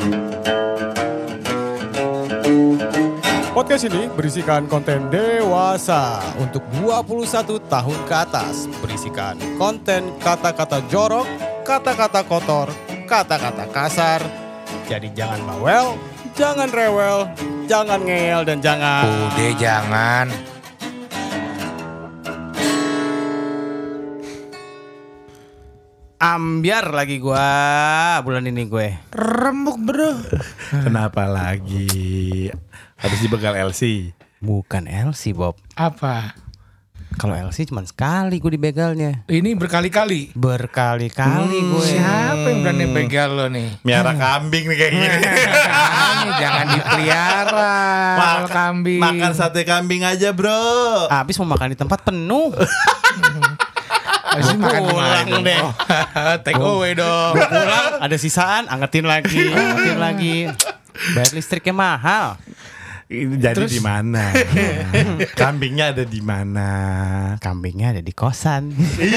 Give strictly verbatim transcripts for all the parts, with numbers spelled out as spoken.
Podcast ini berisikan konten dewasa untuk dua puluh satu tahun ke atas. Berisikan konten kata-kata jorok, kata-kata kotor, kata-kata kasar. Jadi jangan bawel, jangan rewel, jangan ngeyel, dan jangan... Udah jangan. Ambiar lagi gua bulan ini gue. Rembuk bro. Kenapa lagi? Habis dibegal L C. Bukan L C, Bob. Apa? Kalau L C cuma sekali gue dibegalnya. Ini berkali-kali. Berkali-kali Hmm, gue. Siapa yang berani begal lo nih? Miara kambing nih kayak gini. Ini jangan dipelihara. Kalau kambing. Makan sate kambing aja bro. Habis mau makan di tempat penuh. Habis makan di pulang mana? deh. Oh, take away dong. Gua pulang ada sisaan, angetin lagi, angetin lagi. Bayar listriknya mahal. Ini jadi di mana? Kambingnya ada di mana? Kambingnya ada di kosan.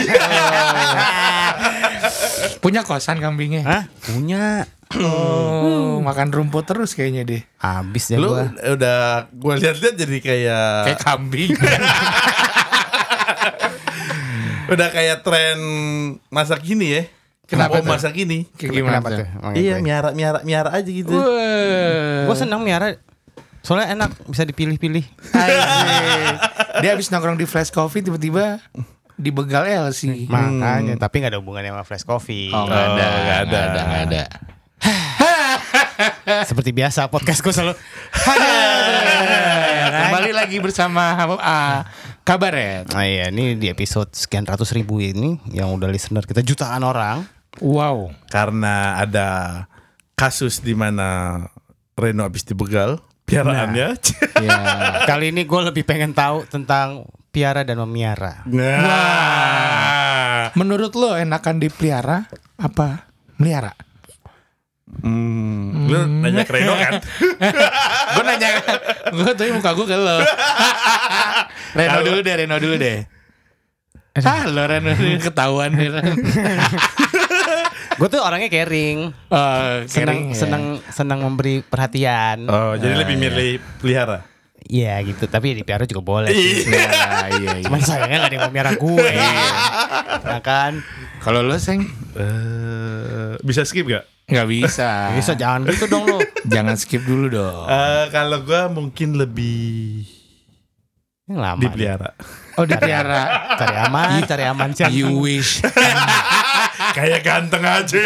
Punya kosan kambingnya? Hah? Punya. Oh, makan rumput terus kayaknya deh. Habis ya Lu gua. udah gua lihat-lihat jadi kayak Kayak kambing. udah kayak tren masa kini ya. Kenapa Oh, tuh? masa kini? Kayak gimana Kenapa tuh? tuh? Emang Iya, gue? miara miara miara aja gitu. Wah. Gua senang miara. Soalnya enak, bisa dipilih-pilih. Asik. Dia habis nongkrong di Flash Coffee tiba-tiba dibegal L C. Makanya, tapi gak ada hubungannya sama Fresh Coffee. Oh, nggak ada, Oh, nggak ada. nggak ada, nggak ada. Seperti biasa podcast gue selalu. Kembali lagi bersama uh, Kabaret. Nah iya, ini di episode sekian ratus ribu ini yang udah listener kita jutaan orang. Wow. Karena ada kasus di mana Reno habis dibegal piaraannya. Ya. Kali ini gue lebih pengen tahu tentang piara dan memiara. Nah. Menurut lo enakan dipelihara apa melihara? Hmm, lu nanya ke Reno kan? Gue nanya, gue tuh muka gue ke lo. Reno Kalau- dulu deh, Reno dulu deh. Ah, lo Reno ketahuan deh. Gue tuh orangnya caring, Oh, senang caring, ya. senang senang memberi perhatian. Oh, jadi lebih milih pelihara. Iya gitu, tapi di piara juga boleh. sih. Ya, iya, iya. Cuman sayangnya gak ada yang mau miara gue. Ya kan? Kalau lo seng Eh, bisa skip gak? nggak bisa. Bisa jangan gitu dong lo. Jangan skip dulu dong. Eh, kalau gua mungkin lebih Yang lama. dipelihara. Oh, dipelihara. Cari aman, cari aman sih. You wish. Kayak ganteng aja.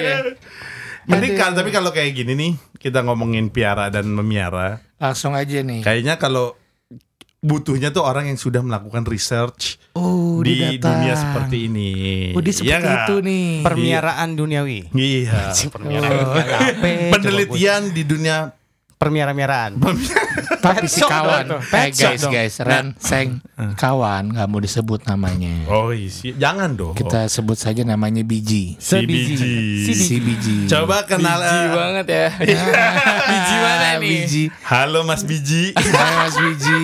Mending kan, tapi kalau kayak gini nih, kita ngomongin piara dan memiara, Langsung aja nih. kayaknya kalau butuhnya tuh orang yang sudah melakukan research Oh, di dia datang. dunia seperti ini. Oh, dia Iya seperti nggak? itu nih. Permiaraan duniawi. Iya. Cing, permiaraan. Penelitian di dunia Permiara-miaraan. Tapi si Pet shop kawan, dong tuh. eh Pet shop guys dong. guys, Ren, Seng, kawan nggak mau disebut namanya. Oh isi, jangan dong. Kita sebut saja namanya Biji. si biji. Si Biji. Coba kenal. Biji eh, banget ya. Biji mana nih? Biji. Halo Mas Biji. Hai Mas Biji.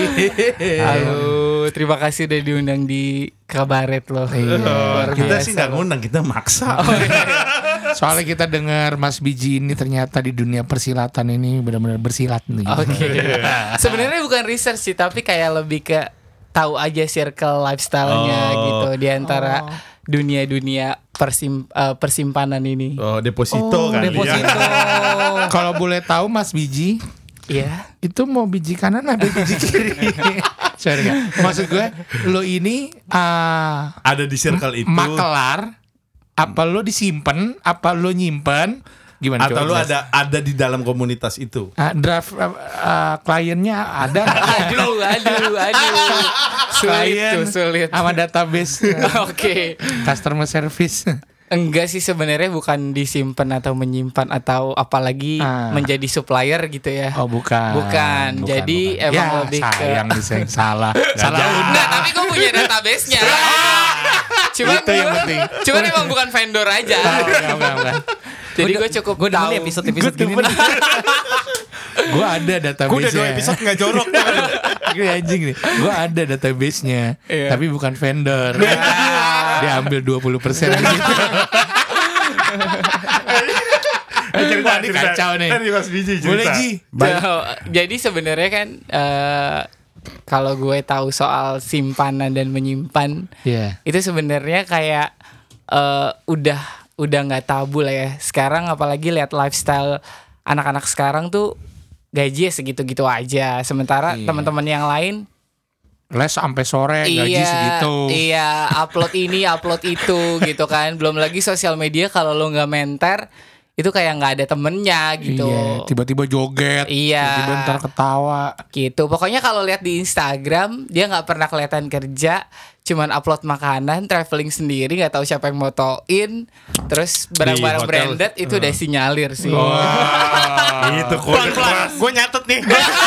Halo, terima kasih udah diundang di Kabaret loh. Oh, kita biasa sih nggak loh. ngundang, kita maksa. Soalnya kita dengar Mas Biji ini ternyata di dunia persilatan ini benar-benar bersilat nih. Oke. Sebenarnya bukan research sih, tapi kayak lebih ke tahu aja circle lifestyle-nya Oh. gitu di antara dunia-dunia persim, eh, persimpanan ini. Oh, deposito Oh, kali deposito. ya. Kalau boleh tahu Mas Biji, Iya. itu mau biji kanan apa biji kiri? Sorry gak? Maksud gue, lo ini ah Ada di circle itu. makelar, apa lo disimpan, apa lo nyimpen, gimana? Atau coba lu jelas. ada ada di dalam komunitas itu. Ah, draft ah, ah, kliennya ada, Aduh, aduh, aduh. Sulit klien tuh, sulit. sama database, Oke. customer service. Enggak sih, sebenarnya bukan disimpan atau menyimpan atau apalagi Ah. menjadi supplier gitu ya. Oh bukan, Bukan. Jadi emang ya, lebih ke- sayang nih sayang salah, salah jadi. undang. Enggak, tapi gue punya database-nya. Cuman Itu yang gua- penting. Cuman emang bukan vendor aja. Oh, enggak, enggak, enggak. Jadi gue cukup Gue demen tahu. nih episode-episode gini nih. Gue ada database-nya. Gue udah dua episode gak jorok. Gue anjing nih. Gue ada database-nya, Iya. tapi bukan vendor. Dia ambil dua puluh persen gitu. cerita, Wah, ini cerita. kacau nih. Tadi Mas Biji cerita. Boleh Ji. Jauh. Jadi sebenarnya kan eh, kalau gue tahu soal simpanan dan menyimpan, Iya. itu sebenarnya kayak eh, udah udah nggak tabu lah ya. Sekarang apalagi lihat lifestyle anak-anak sekarang tuh gaji segitu-gitu aja. Sementara Iya. teman-teman yang lain Les sampai sore gaji iya, segitu. Iya, upload ini, upload itu gitu kan. Belum lagi sosial media kalau lo nggak menter itu kayak nggak ada temennya gitu. Iya, tiba-tiba joget, Iya. tiba-tiba ntar ketawa. Gitu. Pokoknya kalau lihat di Instagram dia nggak pernah kelihatan kerja, cuman upload makanan, traveling sendiri, nggak tahu siapa yang motoin, terus barang-barang hotel. branded itu udah sinyalir sih. Itu kode keras. Gue nyatet nih.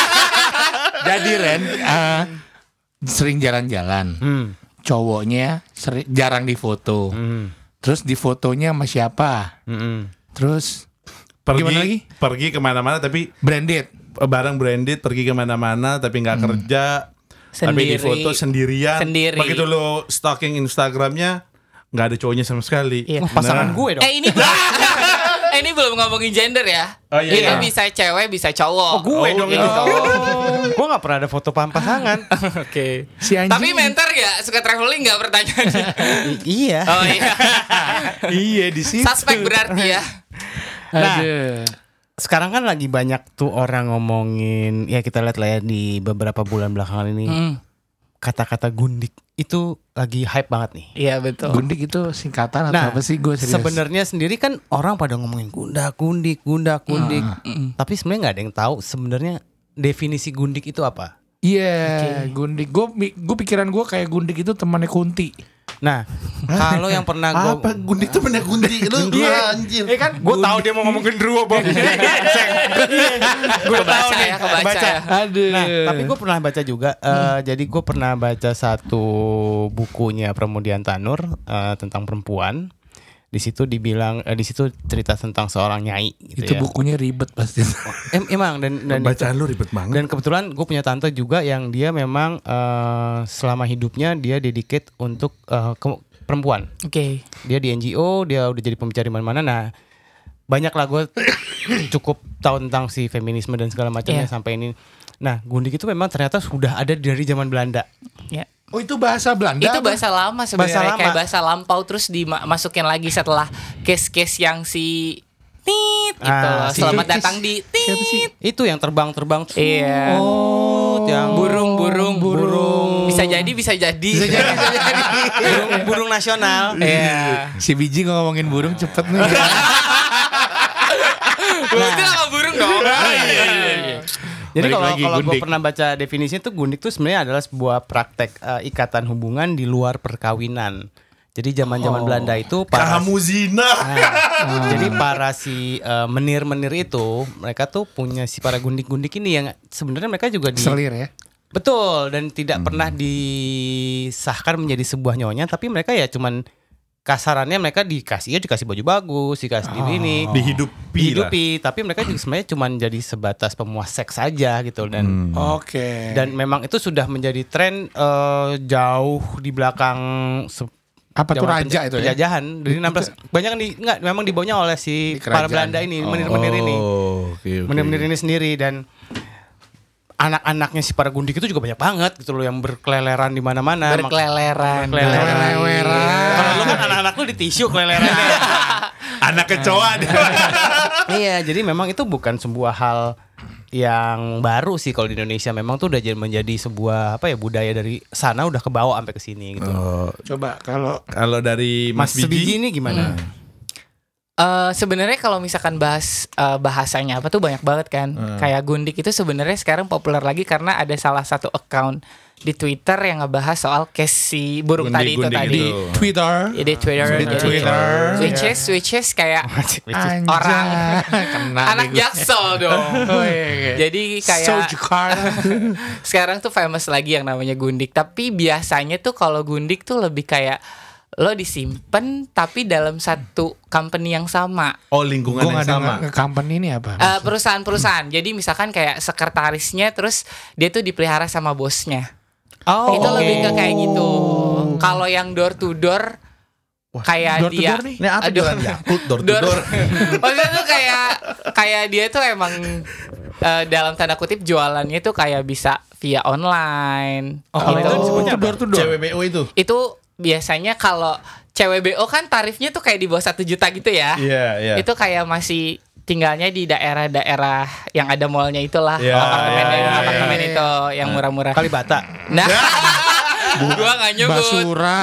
Jadi Ren eh, sering jalan-jalan, Hmm. cowoknya seri- jarang difoto. Hmm. Terus di fotonya sama siapa? Hmm. Terus Pergi, Gimana lagi? pergi kemana-mana tapi branded. barang branded, pergi kemana-mana tapi nggak kerja, tapi di Sendiri. foto sendirian. Sendiri. Begitu lo stalking Instagramnya nggak ada cowoknya sama sekali. Iya. Oh, pasangan Nah. gue dong. Eh ini belum, eh, ini belum ngomongin gender ya. Oh, iya, Ini iya. bisa cewek, bisa cowok. Oh, gue dong ini. gitu. Gue gak pernah ada foto pasangan. Oke. Si anjing. Tapi mentor gak suka traveling gak pertanyaannya? I- iya. Oh iya. Iya di situ. Suspek berarti ya. Nah, Aduh. sekarang kan lagi banyak tuh orang ngomongin, ya kita lihat lah ya di beberapa bulan belakangan ini, Hmm. kata-kata gundik itu lagi hype banget nih. Iya betul. Gundik itu singkatan atau Nah, apa sih? Gue serius. sebenarnya sendiri kan orang pada ngomongin gundak gundik, gundak gundik, tapi sebenarnya nggak ada yang tahu sebenarnya definisi gundik itu apa. Iya, gundik. Gue gue pikiran gue kayak gundik itu temannya Kunti. Nah, kalau yang pernah gue Apa gundik tuh bener gundik lu Iya. anjir. Eh kan gue tahu dia mau ngomong genderuwo, Bob. Gue tahu Kebaca nih, ya, kebaca ya. Aduh. Nah, tapi gue pernah baca juga. eh, Jadi gue pernah baca satu bukunya Pramudian Tanur eh, tentang perempuan. Di situ dibilang, eh, di situ cerita tentang seorang nyai. Gitu Itu ya. bukunya ribet pasti. Em, emang dan dan Bacaan lu ribet banget. dan kebetulan gue punya tante juga yang dia memang eh, selama hidupnya dia dedicate untuk eh, ke- perempuan. Oke. Dia di N G O, dia udah jadi pembicara di mana-mana. Nah, banyak lah gue cukup tahu tentang si feminisme dan segala macamnya Iya. sampai ini. Nah, gundik itu memang ternyata sudah ada dari zaman Belanda. Ya. Oh itu bahasa Belanda. Itu apa? bahasa lama sebenarnya, Bahasa lama. kayak bahasa lampau terus dimasukin lagi setelah case-case yang si tit itu Ah, loh. si- Selamat Case- datang di siapa sih? tit. Itu yang terbang-terbang. Iya. Oh, yang Burung, burung, burung. Bisa jadi, bisa jadi. Bisa jadi, bisa jadi. burung, burung nasional. Iya. Si Biji ngomongin burung cepet nih. Berarti sama burung dong. Jadi Balik kalau lagi, kalau gue gundik. pernah baca definisinya tuh gundik tuh sebenarnya adalah sebuah praktek eh, ikatan hubungan di luar perkawinan. Jadi zaman-zaman Oh. Belanda itu para Kamu zina. Nah, jadi para si eh, menir-menir itu mereka tuh punya si para gundik-gundik ini yang sebenarnya mereka juga di Selir ya. betul dan tidak pernah disahkan menjadi sebuah nyonya, tapi mereka ya cuman kasarannya mereka dikasih ya dikasih baju bagus, dikasih di ini, Dihidupi lah. dihidupi, tapi mereka juga sebenarnya cuman jadi sebatas pemuas seks saja gitu dan Oke. dan memang itu sudah menjadi tren eh, jauh di belakang se- apa tuh zaman raja penja- itu ya? penjajahan dari enam belas banyak yang di enggak memang dibawanya oleh si Di para kerajaan. Belanda ini menir-menir ini Oh, oke, oke. menir-menir ini sendiri dan anak-anaknya si para gundik itu juga banyak banget gitu loh yang berkeleleran di mana-mana. Berkeleleran. Keleleran. Keleleran. Kalau lu kan anak-anak lu di tisu kelelerannya. Anak kecoa dia. Iya, jadi memang itu bukan sebuah hal yang baru sih kalau di Indonesia. Memang tuh udah jadi menjadi sebuah apa ya budaya dari sana udah kebawa sampai ke sini gitu. Oh, Coba kalau kalau dari Mas Mas, Sebiji Biji, ini gimana? Eh sebenarnya kalau misalkan bahas eh, bahasanya apa tuh banyak banget kan. Kayak gundik itu sebenarnya sekarang populer lagi karena ada salah satu account di Twitter yang ngebahas soal case si burung tadi itu Gundik-gundik tadi. itu. Twitter. Ya, di Twitter, Di jadi Twitter. which is which is kayak Anjay. orang Kena anak nih gua. jaksel dong. Oh, iya, iya. Jadi kayak So Jakarta. sekarang tuh famous lagi yang namanya gundik. Tapi biasanya tuh kalau gundik tuh lebih kayak lo disimpan tapi dalam satu company yang sama. oh lingkungan Gue yang nggak sama. dengar company ini apa? Eh, perusahaan-perusahaan. Jadi misalkan kayak sekretarisnya terus dia tuh dipelihara sama bosnya. Oh, Itu oke. lebih ke kayak gitu. Kalau yang door to door kayak door to dia door nih? Ini apa Aduh. jualan Yakult door to Door. door? Maksudnya tuh kayak kayak dia tuh emang eh, dalam tanda kutip jualannya tuh kayak bisa via online. Oh, Gitu. itu disebutnya itu door to door. C W B O itu. Itu biasanya kalau C W B O kan tarifnya tuh kayak di bawah satu juta gitu ya. Iya, iya. Itu kayak masih tinggalnya di daerah-daerah yang ada mallnya itulah, Ya, apartemen ya, ya, apartemen ya, itu yang murah-murah. Kalibata. Nah, gua nggak nyebut. Basura.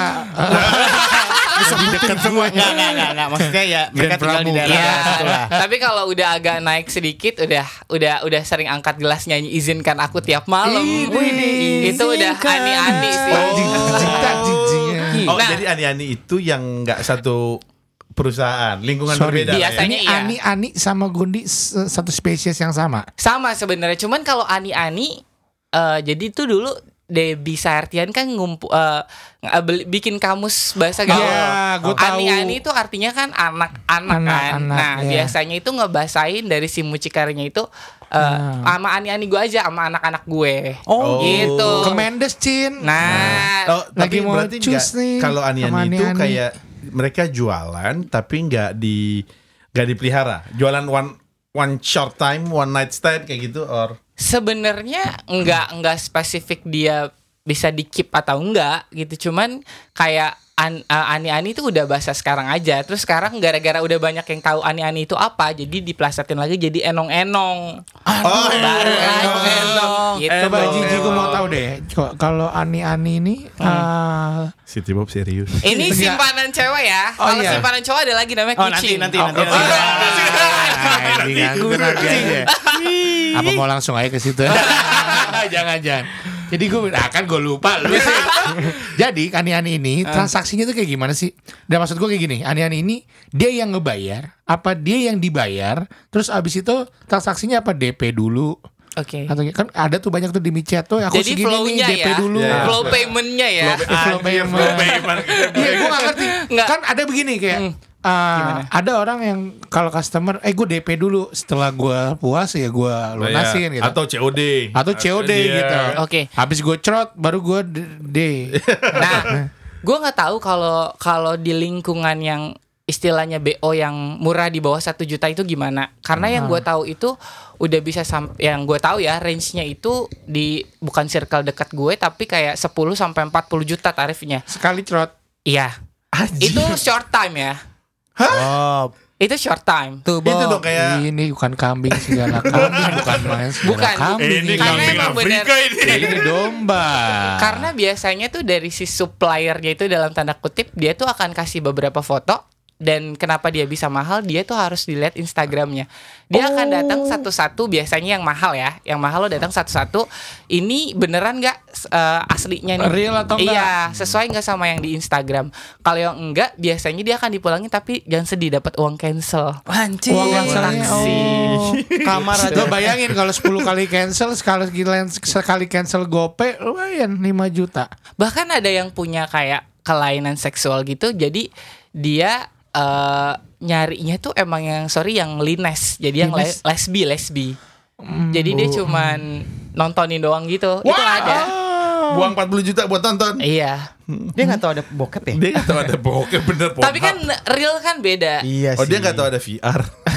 Lebih dekat semua. Enggak, enggak, enggak, enggak. Maksudnya ya mereka tinggal di daerah Iya. situ lah. Tapi kalau udah agak naik sedikit, udah udah udah sering angkat gelas nyanyi izinkan aku tiap malam. Widih. Itu udah ani-ani sih. Oh, jijik tak jijiknya. Oh, Nah. jadi ani-ani itu yang nggak satu perusahaan, lingkungan Sorry. berbeda. lah ya? Biasanya Ini iya. Ani-Ani sama Gundi s- satu spesies yang sama. Sama sebenarnya, cuman kalau ani-ani eh, jadi itu dulu Debbie Sartian kan ngumpu eh, nge- beli- bikin kamus bahasa gaul. Iya, gua tahu. Ani-ani itu artinya kan anak-anak kan. Anak-anak, Nah, iya. biasanya itu ngebahasain dari si mucikarinya itu eh, Ah. sama ani-ani gue aja sama anak-anak gue. Oh. Gitu. Kemendes, Cin. Nah, Oh, Lagi tapi mau berarti cus nggak- nih kalau sama ani-ani itu ani-ani. kayak mereka jualan tapi nggak di nggak dipelihara. Jualan one one short time, one night stand kayak gitu or sebenarnya enggak enggak spesifik dia bisa di keep atau enggak gitu, cuman kayak an, uh, ani-ani itu udah bahasa sekarang aja. Terus sekarang gara-gara udah banyak yang tahu ani-ani itu apa, jadi dipelesetin lagi jadi enong-enong. Oh, Baru lagi enong. enong gitu. Coba Emang, Jiji gue mau emang. tahu deh. Ko- Kalau Ani-Ani ini eh, City Bob serius. Ini Enggak. simpanan cewek ya. Oh, Kalau iya. simpanan cowok ada lagi namanya Oh, nanti, kucing. nanti, Oh, nanti, oh, nanti. Nah, ini kan itu nanti aja. Apa mau langsung aja ke situ? Jangan jangan. Jadi gue, nah kan gue lupa lu sih. Jadi Ani-Ani ini transaksinya tuh kayak gimana sih? Dan maksud gue kayak gini, Ani-Ani ini dia yang ngebayar, apa dia yang dibayar? Terus abis itu transaksinya apa D P dulu? Oke. Atau kan ada tuh banyak tuh di micet tuh aku Jadi segini nih flow-nya D P ya, dulu. Iya. flow payment-nya ya. Flow payment. Iya, gue gak ngerti. Nggak. Kan ada begini kayak Hmm. uh, Gimana? ada orang yang kalau customer, eh gue D P dulu, setelah gue puas ya gue lunasin gitu. Atau C O D. Atau C O D Iya. gitu. Oke. Habis gue cerot, baru gue D. D. Nah, gue nggak tahu kalau kalau di lingkungan yang istilahnya B O yang murah di bawah satu juta itu gimana? Karena yang gue tahu itu udah bisa sampai, yang gue tahu ya range-nya itu di bukan circle dekat gue tapi kayak sepuluh sampai empat puluh juta tarifnya. Sekali cerot. Iya. Itu short time ya. Oh, Itu short time. tuh Itu dong Bob. kayak Ini bukan kambing segala kambing, bukan main segala Bukan. kambing. ini Karena kambing emang bener- Afrika ini. Ini domba. Karena biasanya tuh dari si suppliernya itu dalam tanda kutip dia tuh akan kasih beberapa foto. Dan kenapa dia bisa mahal? Dia tuh harus dilihat Instagramnya. Dia akan datang satu-satu. Biasanya yang mahal ya, yang mahal lo datang satu-satu. Ini beneran nggak eh, aslinya nih? Real atau enggak? Iya, sesuai nggak sama yang di Instagram. Kalau yang enggak, biasanya dia akan dipulangin tapi jangan sedih dapat uang cancel. Anjir. Uang Uang cancelnya, taksi. oh. Kamar aja. Lo bayangin kalau sepuluh kali cancel, sekali sekali cancel gope lumayan lima juta. Bahkan ada yang punya kayak kelainan seksual gitu. Jadi dia eh, nyarinya tuh emang yang sorry yang lines. Jadi yang le- Lines? lesbi lesbi. Jadi dia cuman nontonin doang gitu. Itu ada. buang empat puluh juta buat tonton. Iya. Dia nggak tahu ada bokep ya? Dia nggak tahu ada bokep bener. Tapi kan real kan beda. Iya Oh sih. dia nggak tahu ada V R.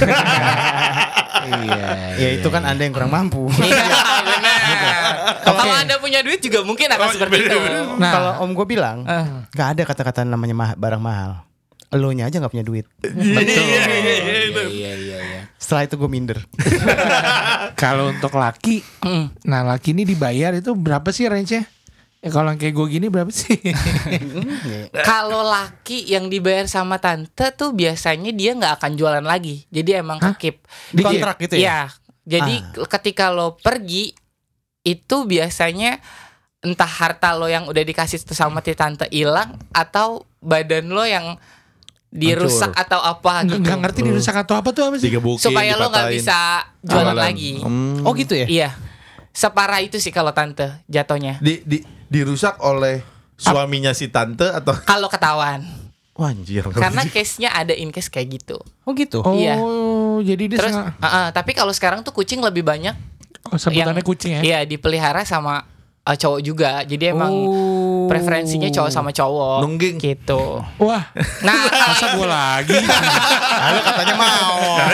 Iya. Ya itu kan Anda yang kurang mampu. Iya, benar. Kalau Anda punya duit juga mungkin akan seperti itu. Nah. Kalau om gue bilang, Eh. nggak ada kata-kata namanya mah- barang mahal. Elunya aja nggak punya duit. Betul. Iya iya iya iya. Setelah itu gue minder. Kalau untuk laki, Mm. nah laki ini dibayar itu berapa sih range-nya? Ya, kalau yang kayak gue gini berapa sih? Kalau laki yang dibayar sama tante tuh biasanya dia nggak akan jualan lagi. Jadi emang Hah? kekip. Di- Kontrak gitu ya? Iya. Jadi ketika lo pergi itu biasanya entah harta lo yang udah dikasih sama ti tante hilang atau badan lo yang dirusak Hancur. atau apa Nggak gitu. nggak ngerti dirusak atau apa tuh apa sih? Digebukin, Supaya lo nggak dipatahin. bisa jualan Amalan. lagi. Hmm. Oh gitu ya? Iya. Separah itu sih kalau tante jatuhnya. Di, di dirusak oleh suaminya si tante atau Kalau ketahuan. Wah, anjir. Karena case-nya ada in case kayak gitu. Oh gitu. Oh, Iya. jadi dia Terus sengaja- uh-uh, tapi kalau sekarang tuh kucing lebih banyak oh, sebutannya yang- kucing ya. Iya, dipelihara sama uh, cowok juga. Jadi emang Oh. preferensinya cowok sama cowok. Nungging. Gitu. Wah, Nah, masa gue lagi? Lalu katanya mau.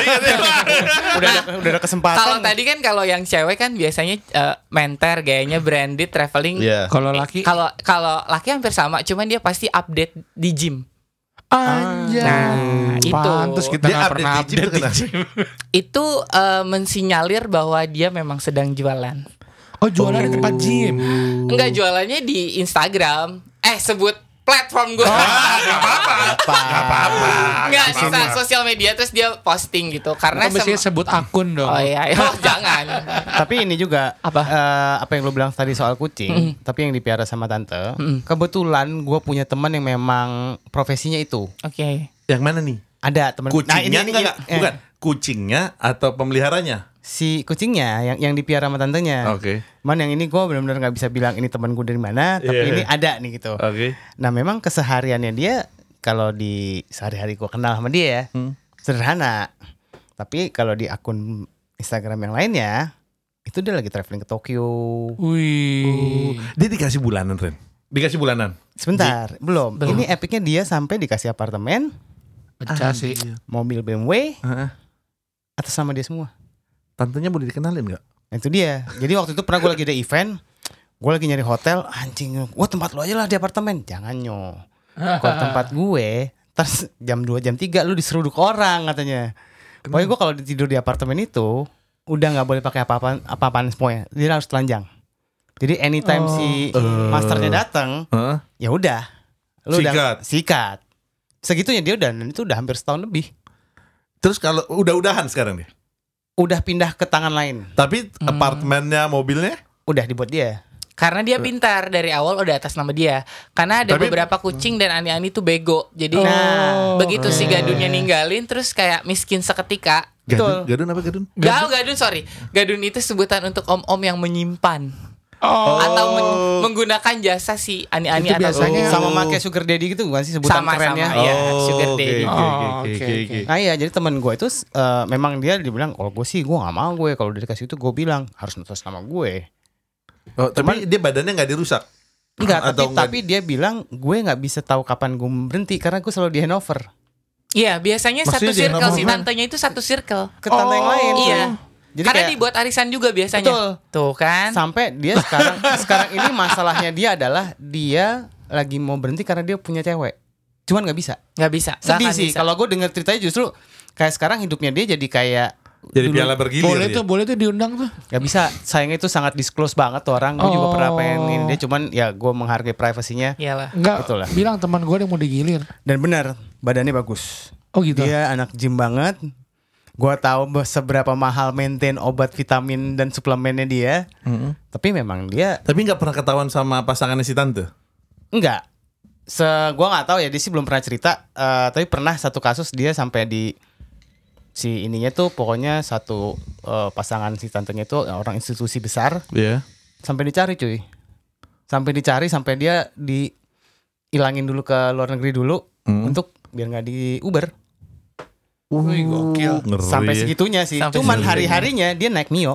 udah ada, udah ada kesempatan. kalau tadi kan kalau yang cewek kan biasanya uh, menter, gayanya branded, traveling. Iya. Kalau laki, Kalau kalau laki hampir sama, cuman dia pasti update di gym. anjay. Nah, itu. Pantes kita Dia nggak update pernah di gym tuh update di kenapa? gym. Itu uh, mensinyalir bahwa dia memang sedang jualan. Oh, jualan di tempat gym. Enggak, jualannya di Instagram. Eh, sebut platform gue. Gak apa-apa. Gak apa-apa. Enggak, sisa sosial media terus dia posting gitu. Karena Kan biasanya sem- sebut akun dong. Oh iya, oh, jangan. Tapi ini juga Apa? eh, apa yang lu bilang tadi soal kucing, tapi yang dipiara sama tante. Kebetulan gue punya teman yang memang profesinya itu. Oke. Yang mana nih? Ada teman. Kucingnya enggak, enggak. eh, Bukan. Kucingnya atau pemeliharanya? Si kucingnya yang yang dipiara sama tantenya. Oke. Man yang ini gue benar-benar nggak bisa bilang ini teman gue dari mana, tapi Iya. ini ada nih gitu. Oke. Nah memang kesehariannya dia kalau di sehari-hari gue kenal sama dia ya Hmm. sederhana. Tapi kalau di akun Instagram yang lainnya itu dia lagi traveling ke Tokyo. Wih. Dia dikasih bulanan, Ren? Dikasih bulanan? Sebentar, belum. Belum. Ini epicnya dia sampai dikasih apartemen, Pecah sih. mobil B M W, Heeh. atas nama dia semua. Tantenya boleh dikenalin gak? Nah, itu dia. Jadi waktu itu pernah gue lagi ada event, gue lagi nyari hotel, anjing, wah tempat lu aja lah di apartemen. Jangan nyo. Kalau tempat gue, terus jam dua, jam tiga lu diseruduk orang katanya. Pokoknya gue kalau tidur di apartemen itu udah nggak boleh pakai apa-apaan, apa-apaan semuanya. Dia harus telanjang. Jadi anytime Oh. si Eh. masternya datang, Heeh. ya udah, lu Sikat. udah sikat. Segitunya dia udah, dan itu udah hampir setahun lebih. Terus kalau udah-udahan sekarang dia? Udah pindah ke tangan lain, Tapi apartemennya, mobilnya? udah dibuat dia. Karena dia pintar dari awal udah atas nama dia. Karena ada Tapi- beberapa kucing dan ani-ani tuh bego. Jadi Nah, begitu si gadunnya ninggalin terus kayak miskin seketika. Betul. Gadun, gadun apa gadun? Gadun, gadun sorry. Gadun itu sebutan untuk om-om yang menyimpan Oh. atau men- menggunakan jasa si ani-ani Itu atau biasanya- Sama make sugar daddy gitu bukan sih sebutan sama kerennya? sama ya Oh, sugar oke, daddy. oke, Oh, oke, oke, oke, oke. oke. Nah iya, jadi teman gue itu eh, memang dia dibilang, kalau gue sih gue nggak mau gue kalau udah dikasih itu gue bilang harus atas nama gue. Oh, tapi dia badannya nggak dirusak? Enggak, tapi Atau enggak- tapi dia bilang gue nggak bisa tahu kapan gue berhenti karena gue selalu di handover Iya, biasanya Maksudnya satu dia circle ngomong si gimana? tantenya itu satu circle. ke tante yang lain. Iya. Jadi Karena kayak dibuat arisan juga biasanya. Betul. Tuh kan. sampai dia sekarang sekarang ini masalahnya dia adalah dia lagi mau berhenti karena dia punya cewek. Cuman nggak bisa. Nggak bisa. nggak Sedih akan sih bisa. kalau gue denger ceritanya justru kayak sekarang hidupnya dia jadi kayak Jadi dulu- piala bergilir Boleh dia. tuh, boleh tuh diundang tuh. Gak bisa, sayangnya itu sangat disclose banget tuh orang. Gue juga Oh. pernah pengen dia, cuman ya gue menghargai privasinya. Iyalah. Enggak, Itulah. bilang teman gue yang mau digilir. Dan benar, badannya bagus. Oh gitu. Dia anak gym banget. Gue tahu be- seberapa mahal maintain obat vitamin dan suplemennya dia. Mm-mm. Tapi memang dia Tapi nggak pernah ketahuan sama pasangannya si tante? enggak. Se gue nggak tahu ya, dia sih belum pernah cerita. Eh, tapi pernah satu kasus dia sampai di si ininya tuh pokoknya satu eh, pasangan si tantenya itu orang institusi besar. Iya. Sampai dicari cuy. Sampai dicari sampai dia dihilangin dulu ke luar negeri dulu Hmm. untuk biar nggak di Uber. Wih, gokil. Ngeri Sampai ya. segitunya sih. Sampai Cuman segitunya. hari-harinya dia naik Mio.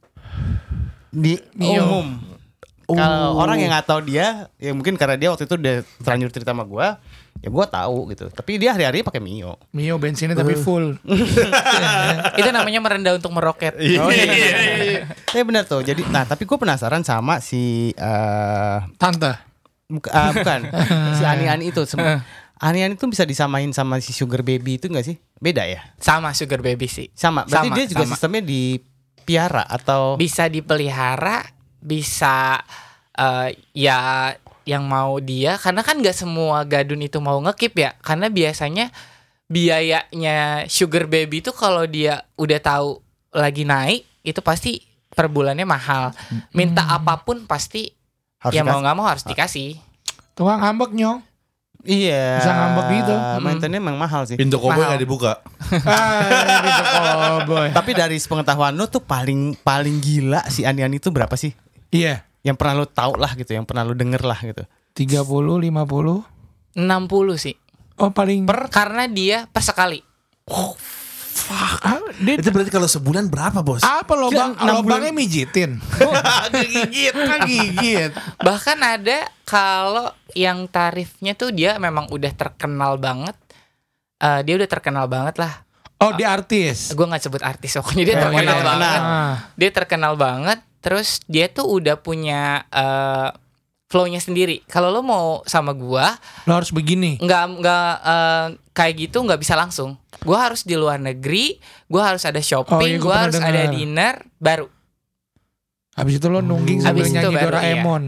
Di Mio. umum. Kalau orang yang nggak tahu dia, ya mungkin karena dia waktu itu udah terlanjur cerita sama gua, ya gua tahu gitu. Tapi dia hari-hari pakai Mio. Mio bensinnya tapi full. Itu namanya merendah untuk meroket. Oh iya. Ya benar tuh. Jadi nah, tapi gua penasaran sama si eh Tante. Buka- ah, bukan si Ani-Ani itu. Sem- Ani-Ani itu bisa disamain sama si Sugar Baby itu nggak sih? Beda ya? Sama sugar baby sih. Sama. Berarti Sama, dia juga sama. sistemnya dipiara atau Bisa dipelihara, bisa eh, ya yang mau dia, karena kan nggak semua gadun itu mau ngekip ya, karena biasanya biayanya sugar baby itu kalau dia udah tahu lagi naik itu pasti per bulannya mahal, minta apapun pasti harus ya mau dikasih? nggak mau harus dikasih. Tukang ngambek nyong. Iya. Bisa ngambek gitu. Maintenance memang mahal sih. Pintu koboi Mahal. nggak dibuka. Ah, gitu cowboy. Tapi dari sepengetahuan lu tuh paling paling gila si Ani-Ani itu berapa sih? Iya. Yang pernah lu tahu lah gitu, yang pernah lu denger lah gitu. tiga puluh, lima puluh. enam puluh sih, Oh paling karena dia per sekali. Dia Itu berarti kalau sebulan berapa bos? apa lobang enam lobangnya mijitin. Gigit. Kan gigit. Bahkan ada kalau yang tarifnya tuh dia memang udah terkenal banget. Eh, dia udah terkenal banget lah. Oh, dia artis. Gue nggak sebut artis, pokoknya dia Oh, terkenal iya. banget. Ah. Dia terkenal banget. Terus dia tuh udah punya eh, flow-nya sendiri. Kalau lo mau sama gua, Lo harus begini. nggak nggak eh, kayak gitu nggak bisa langsung. Gua harus di luar negeri, gua harus ada Oh, shopping, iya, gua gua pernah harus ada dengar. dinner baru. Habis itu lo nungging Hmm. sambil Habis itu nyanyi baru, Doraemon.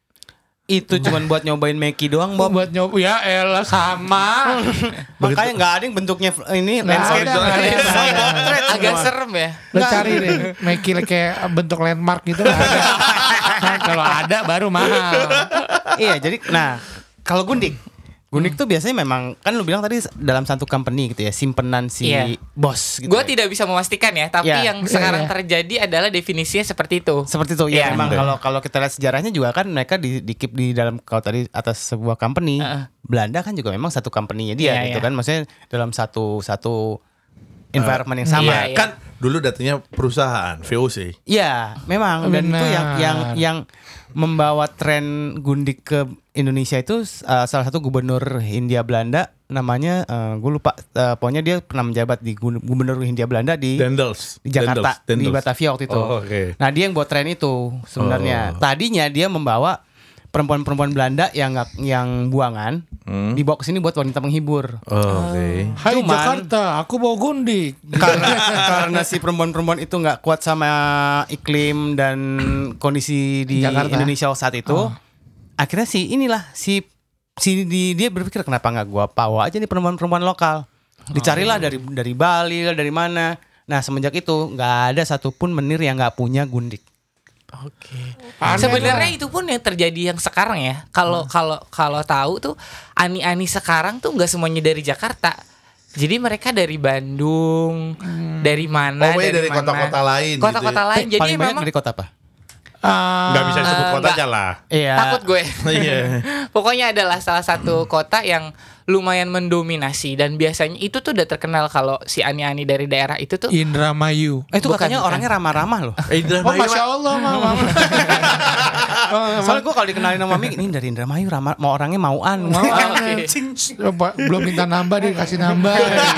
Itu cuman buat nyobain Meki doang, Bob. Buat nyoba ya elah sama. Makanya nggak ada yang bentuknya ini Nggak landscape. ada, nggak ada, nggak ada. Portrait Agak semua. serem ya. Lo cari deh Meki kayak bentuk landmark gitu nggak ada. Nah, kalau ada baru mahal. Iya, jadi nah, kalau Gundik Gundik tuh biasanya memang kan lu bilang tadi dalam satu company gitu ya, simpenan si Iya. bos gitu. Gue ya. tidak bisa memastikan ya, tapi Ya. yang Iya, sekarang iya. terjadi adalah definisinya seperti itu. Seperti itu ya, Iya. memang Oke. kalau kalau kita lihat sejarahnya juga kan mereka di, di keep di dalam kalau tadi atas sebuah company. Heeh. Belanda kan juga memang satu company-nya dia Iya, gitu iya. kan, maksudnya dalam satu satu environment yang sama. Iya, iya. Kan dulu datanya perusahaan V O C. Iya, memang dan itu yang Benar. yang yang membawa tren Gundik ke Indonesia itu uh, salah satu gubernur Hindia Belanda namanya gue lupa uh, pokoknya dia pernah menjabat di gu- gubernur Hindia Belanda di Dendels. di Jakarta Dendels. di Dendels. Batavia waktu itu. Oh, oke. Nah, dia yang buat tren itu sebenarnya. Oh. Tadinya dia membawa perempuan-perempuan Belanda yang nggak yang buangan Hmm. dibawa ke sini buat wanita menghibur. Oh, oke. Hai Cuman- Jakarta, aku bawa gundik. karena karena si perempuan-perempuan itu nggak kuat sama iklim dan kondisi di Jakarta. Indonesia saat itu, Oh. akhirnya si inilah si si di, dia berpikir kenapa nggak gua bawa aja nih perempuan-perempuan lokal. Dicarilah dari dari Bali lah, dari mana. Nah, semenjak itu nggak ada satupun menir yang nggak punya gundik. Oke. Aneh Sebenarnya lah. itu pun yang terjadi yang sekarang ya. Kalau kalau kalau tahu tuh ani-ani sekarang tuh nggak semuanya dari Jakarta. Jadi mereka dari Bandung, dari mana? Oh, iya, dari mana. kota-kota lain gitu Kota-kota ya. lain. Jadi Paling banyak memang dari kota apa? Ah, Nggak bisa disebut Eh, kotanya nggak. lah. Iya. takut gue. Iya. Pokoknya adalah salah satu kota yang lumayan mendominasi dan biasanya itu tuh udah terkenal kalau si ani-ani dari daerah itu tuh Indramayu. Eh, itu Bukan, katanya bukan. orangnya ramah-ramah loh. Eh, Indramayu. Oh, Masya Allah, mama. Soalnya gue kalau dikenalin sama Mami, ini dari Indramayu ramah, mau orangnya mauan, mauan. Oke. Coba, belum minta nambah dia kasih nambah.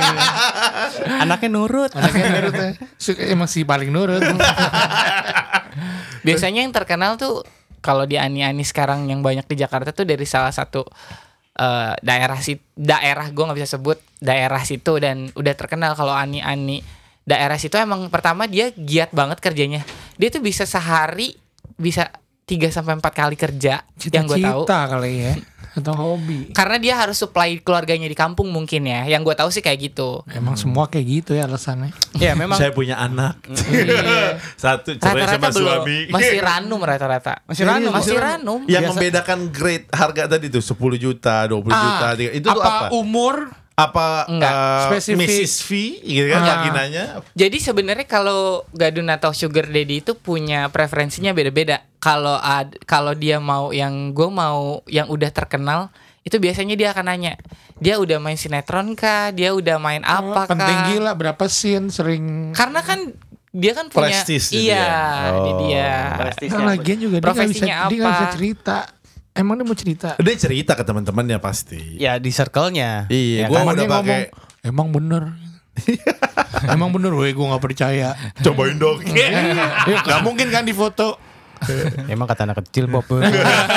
Anaknya nurut. Anaknya nurut ya. Suka- Emang sih paling nurut. biasanya yang terkenal tuh kalau di ani-ani sekarang yang banyak di Jakarta tuh dari salah satu eh, daerah si daerah gue nggak bisa sebut daerah situ dan udah terkenal kalau ani-ani daerah situ emang pertama dia giat banget kerjanya. Dia tuh bisa sehari bisa tiga sampai empat kali kerja yang gue tahu. Cita-cita kali ya. Atau hobi. Karena dia harus supply keluarganya di kampung mungkin ya. Yang gue tahu sih kayak gitu. Emang semua kayak gitu ya alasannya. Ya memang Saya punya anak. Iya. Satu cerai Rata-rata sama belum suami. masih ranum rata-rata. Masih ranum, masih masih ranum. Yang Biasa. membedakan grade harga tadi tuh sepuluh juta, dua puluh juta, tiga- itu tuh apa? apa umur? Apa Enggak, eh, spesifik. Missus V gitu kan Ah. vaginanya? Jadi sebenarnya kalau gadun atau sugar daddy itu punya preferensinya beda-beda. Kalau ad, kalau dia mau yang gue mau yang udah terkenal itu biasanya dia akan nanya, dia udah main sinetron kah? Dia udah main apa kah? Penting gila berapa scene sering. Karena kan dia kan punya Prestis iya, itu ya. ini Oh. dia. Kan lagian juga dia nggak bisa, Profesinya dia nggak bisa apa? cerita. Emang dia mau cerita? Dia cerita ke teman-temannya pasti. ya di circle-nya. Iya, Ya gua kan? udah Temannya ngomong, pakai. emang bener. Emang bener, weh gue gak percaya. Cobain dong. Gak mungkin kan di foto. Emang kata anak kecil Bob. Weh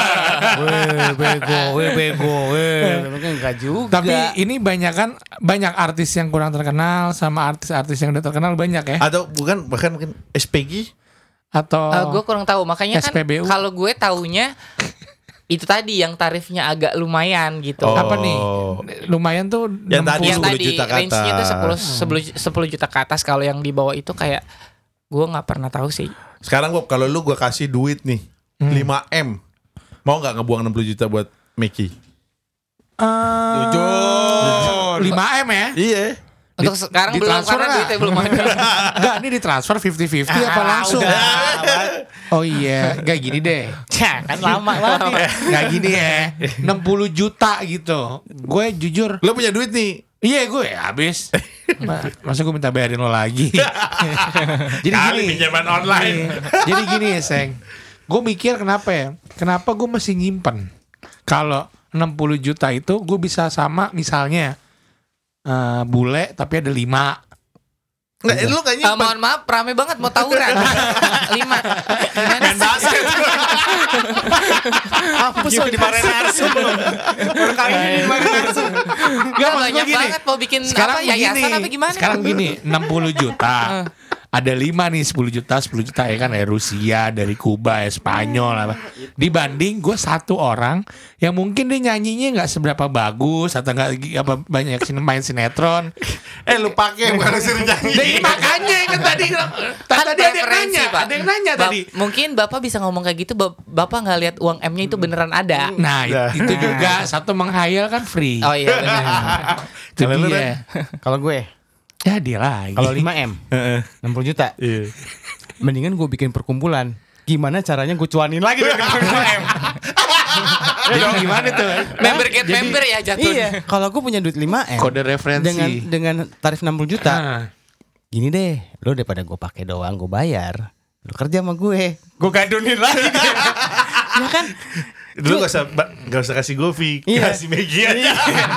bego, weh bego, weh. Mungkin enggak juga. Tapi ini banyak kan, banyak artis yang kurang terkenal sama artis-artis yang udah terkenal banyak ya. Atau bukan bahkan mungkin S P G? Atau gue kurang tahu makanya kan S P B U. kalau gue taunya itu tadi yang tarifnya agak lumayan gitu. Oh. apa nih? Lumayan tuh Yang tadi Yang sepuluh tadi juta ke range-nya tuh atas. sepuluh, sepuluh juta ke atas. Kalau yang di bawah itu kayak gue nggak pernah tahu sih. Sekarang Bob, kalau lu gua kasih duit nih lima M, mau nggak ngebuang enam puluh juta buat Mickey? Eh, Jujur. lima M ya? Iya. Untuk sekarang belum ditransfer karena nggak? duitnya belum ada. Enggak, ini ditransfer lima puluh lima puluh apa langsung? Oh iya, kayak gini deh. Ya, kan lama banget. Enggak gini ya. enam puluh juta gitu. Gue jujur Lu punya duit nih Iya gue ya habis. Ma- Masa gue minta bayarin lo lagi. Jadi Kali gini. pinjaman online. Iya. Jadi gini ya Seng. Gue mikir kenapa ya? Kenapa gue masih nyimpen? Kalau enam puluh juta itu gue bisa sama misalnya eh, bule tapi ada lima. Nggak, lu Ah, kayaknya mohon maaf, rame banget mau tawuran. Lima. Gimana sih? basket. Hapus lo dimarahin Narsum lo. Baru kali ini dimarahin Narsum. Gak maksud banyak gua gini. banget mau bikin Sekarang apa yayasan begini, apa gimana? Sekarang gini, enam puluh juta. Ada lima nih, sepuluh juta, sepuluh juta ya kan dari Rusia, dari Kuba, ya, Spanyol apa. Dibanding gue satu orang yang mungkin dia nyanyinya nggak seberapa bagus atau nggak apa banyak sin- main sinetron. Eh lu pakai bukan suruh nyanyi. Jadi makanya kan tadi Kan tadi ada yang preferensi, nanya, Pak. ada yang nanya Bap- tadi. Mungkin Bapak bisa ngomong kayak gitu, bap- Bapak nggak lihat uang M-nya itu beneran ada. Nah, Nah. itu juga satu menghayal kan free. Oh iya benar. Itu Kalau lu, dia. Kalau gue, Ya dia lagi. kalau lima M, enam puluh juta. Iya. Mendingan gue bikin perkumpulan. Gimana caranya gue cuanin lagi dari lima M? Jadi gimana tuh? Member get Jadi- member ya jatuh. Iya, kalau gue punya duit lima M Kode referensi. dengan dengan tarif enam puluh juta. Ah. Gini deh, lo daripada gue pakai doang gue bayar, lo kerja sama gue, gue gadunin lagi. Ya kan? Dulu gak usah ba- gak usah kasih Govi, Iya. kasih Megi aja.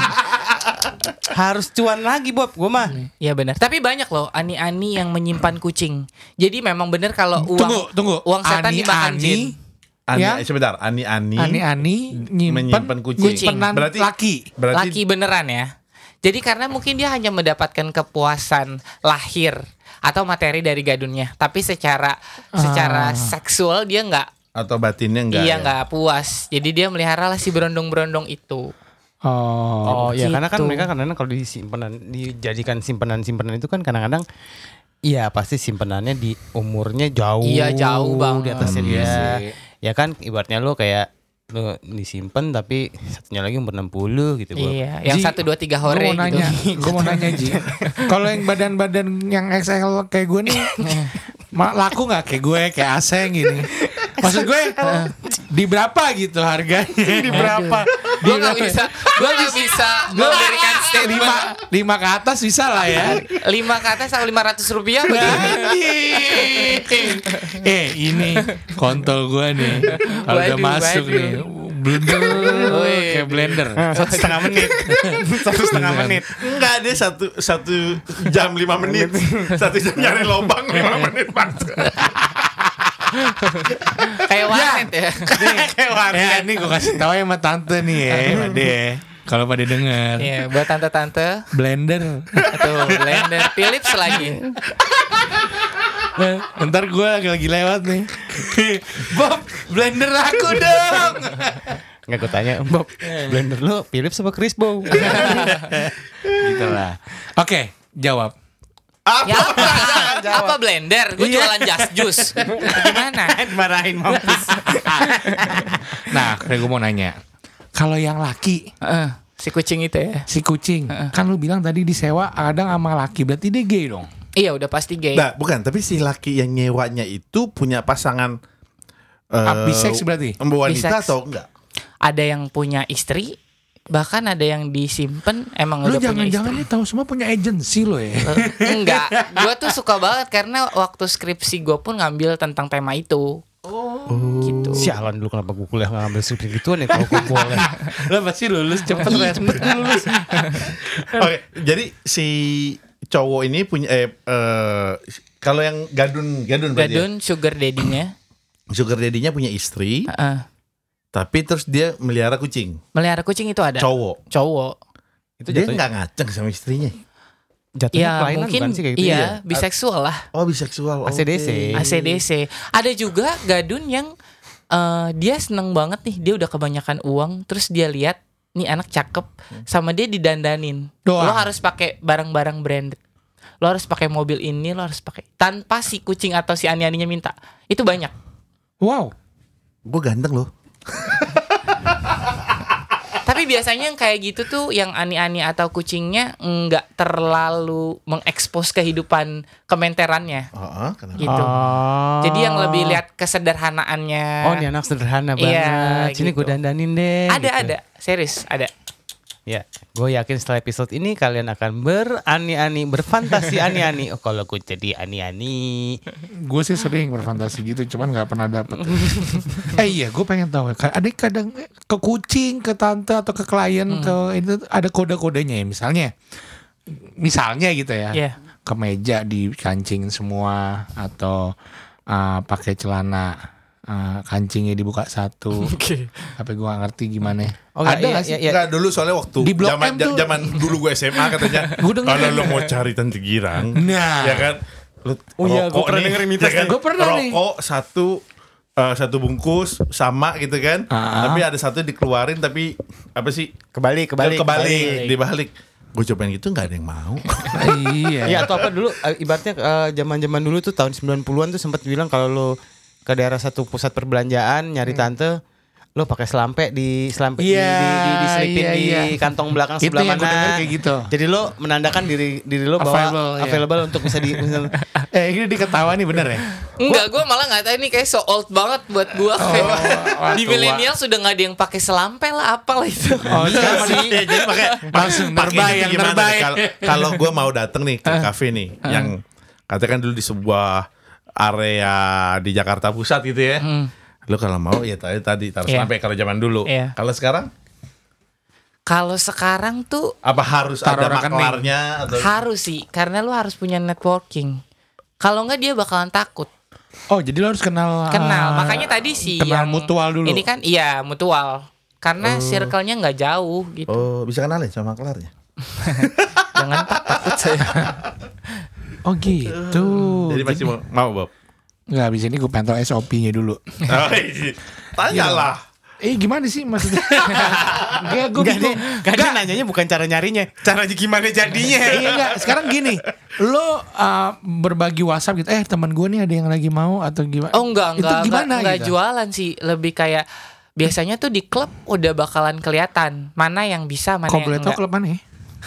Harus cuan lagi Bob, gue mah. Iya benar. Tapi banyak loh ani-ani yang menyimpan kucing. Jadi memang benar kalau uang Tunggu, tunggu. uang setan dimakan Ani-ani, jin. Ani, Ya. eh, sebentar, Ani-Ani Ani-ani nyimpen, menyimpan kucing. nyimpenan Berarti- laki. Berarti Laki beneran ya. Jadi karena mungkin dia hanya mendapatkan kepuasan lahir atau materi dari gadunnya, tapi secara secara seksual dia nggak, atau batinnya enggak iya ya? nggak puas. Jadi dia melihara lah si berondong-berondong itu. Oh. Oh iya, gitu. karena kan mereka kadang-kadang kalau disimpenan dijadikan simpenan-simpenan itu kan kadang-kadang iya pasti simpenannya di umurnya jauh. Iya, jauh banget. di atasnya dia. Iya sih. Ya kan ibaratnya lo kayak lo disimpan tapi satunya lagi umur enam puluh gitu, Bob. Iya, yang Ji, satu dua tiga hore Gue mau gitu. nanya, gue mau nanya Ji. Kalau yang badan-badan yang X L kayak gue nih, ma- laku nggak kayak gue, kayak Aseng gini? Maksud gue di berapa gitu harganya? Di berapa? Gue nggak bisa, gue nggak bisa memberikan statement lima, lima ke atas bisa lah ya. lima ke atas atau lima ratus rupiah begitu. Anjing. Eh ini kontol gue nih. Kalau udah Waduh, masuk waduh. nih, blender Wih. kayak blender. Satu setengah menit. Satu setengah menit. Enggak, dia satu satu jam lima menit, satu jam nyari lubang lima menit banget. Kayak warnet ya. Ya ini gue kasih tahu ya sama tante nih ya, Pade. Kalau pada denger, Iya, buat tante-tante blender. atau blender Philips lagi. Ntar gue lagi, lagi lewat nih. Bob, blender aku dong. Nggak gue tanya, Bob, blender lo Philips apa Crispo? Gitu lah. Oke, jawab. Ya apa? Apa blender? Gue Iya. jualan just juice. Gimana? Marahin mampus. Nah, gue mau nanya. Kalau yang laki, Eh, si kucing itu ya. si kucing, kan lu bilang tadi disewa kadang sama laki, berarti dia gay dong. Iya, udah pasti gay. Nah, bukan, tapi si laki yang nyewanya itu punya pasangan Uh, eh, bisex berarti? wanita Bisex. atau enggak? Ada yang punya istri, bahkan ada yang disimpan emang Lu udah punya jangan-jangan istri. nih tahu semua punya agensi lo ya. Eh, Enggak, gue tuh suka banget karena waktu skripsi gue pun ngambil tentang tema itu. Oh, gitu. Sialan dulu kenapa gue kuliah nggak ngambil skripsi gituan ya kalau gue boleh. Lo pasti lulus cepet Iya, cepet lulus. Oke, jadi si cowok ini punya eh, eh, kalau yang gadun gadun berarti ya? Gadun sugar daddy-nya Sugar daddy-nya punya istri, Heeh. tapi terus dia melihara kucing. melihara kucing itu ada. Cowok. Cowok. Itu Dia jatuhnya, nggak ngaceng sama istrinya. jatuhnya Ya kelainan mungkin bukan sih kayak gitu iya ya? biseksual lah. Oh, biseksual. A C D C. oke. A C D C. Ada juga gadun yang eh, dia seneng banget nih, dia udah kebanyakan uang, terus dia lihat nih anak cakep, sama dia didandanin. Doang. Lo harus pakai barang-barang branded. Lo harus pakai mobil ini, lo harus pakai tanpa si kucing atau si ani-aninya minta. Itu banyak. Wow. Gue ganteng loh. Tapi biasanya yang kayak gitu tuh yang ani-ani atau kucingnya nggak terlalu mengekspos kehidupan kementerannya Heeh, kenapa? gitu. Oh. Jadi yang lebih lihat kesederhanaannya. Oh, ini anak sederhana banget. Iya, Sini gitu. gue dandanin deh. Ada gitu. ada serius ada. Ya, gue yakin setelah episode ini kalian akan berani-ani, berfantasi ani-ani. Oh, kalau gue jadi ani-ani. Gue sih sering berfantasi gitu, cuman nggak pernah dapet. eh iya, gue pengen tahu. Ada kadang ke kucing, ke tante atau ke klien, hmm. ke itu ada kode-kodenya ya. Misalnya, misalnya gitu ya. Yeah. Kemeja dikancing semua atau uh, pakai celana. Uh, kancingnya dibuka satu. Oke. Okay. Tapi gue gak ngerti gimana. Oh, ada nggak sih? Enggak, dulu soalnya waktu di Blok zaman M tuh. Zaman dulu gue S M A katanya. Kalau lo mau cari Tante Girang, nah, ya kan. Lu oh iya, gue pernah dengerin mitos. Ya kan? Gue pernah rokok nih. Rokok satu uh, satu bungkus sama gitu kan. Uh-huh. Tapi ada satu dikeluarin tapi apa sih? Kebalik, kebalik, kebalik, kebalik. dibalik. Gue cobain gitu nggak ada yang mau. Iya. Iya atau apa dulu? Ibaratnya zaman-zaman uh, dulu tuh tahun sembilan puluhan tuh sempat bilang kalau lo ke daerah satu pusat perbelanjaan nyari hmm. tante, lo pakai selampe di selampe yeah, di, di, di diselipin yeah, di yeah. kantong belakang sebelah mana. Kayak gitu. Jadi lo menandakan diri diri lo bahwa available, available yeah. untuk bisa di. eh ini diketawa nih bener ya? Enggak, gue malah nggak tahu ini kayak so old banget buat gue. Oh, di milenial sudah nggak ada yang pakai selampe lah, apalah itu. Oh iya sih. Ya, jadi pakai langsung terbayang terbayang. Kalau gue mau dateng nih ke kafe nih, uh. yang katakan dulu di sebuah area di Jakarta Pusat gitu ya. Hmm. Lo kalau mau ya tadi tadi taruh yeah. sampai kalau zaman dulu. Yeah. Kalau sekarang? Kalau sekarang tuh apa harus ada maklarnya atau? Harus sih, karena lo harus punya networking. Kalau enggak dia bakalan takut. Oh, jadi lo harus kenal. Kenal. Uh, Makanya tadi sih kenal yang mutual dulu. Ini kan iya, mutual. Karena uh. circle-nya enggak jauh gitu. Oh, bisa kenalin sama maklarnya? Jangan Pak, takut saya. Oh gitu. Jadi masih mau, mau Bob? Nggak, abis ini gue pengen tau S O P-nya dulu. Oh, tanyalah. Eh gimana sih maksudnya? Gak, gue bingung. Gak, gak, nanyanya bukan cara nyarinya, cara gimana jadinya. Iya enggak, sekarang gini. Lo uh, berbagi WhatsApp gitu, eh teman gue nih ada yang lagi mau atau gimana? Oh enggak, enggak, itu gimana enggak, enggak gitu? Jualan sih, lebih kayak biasanya tuh di klub udah bakalan kelihatan mana yang bisa, mana Kok yang boleh enggak. Kok boleh tau klub mana ya?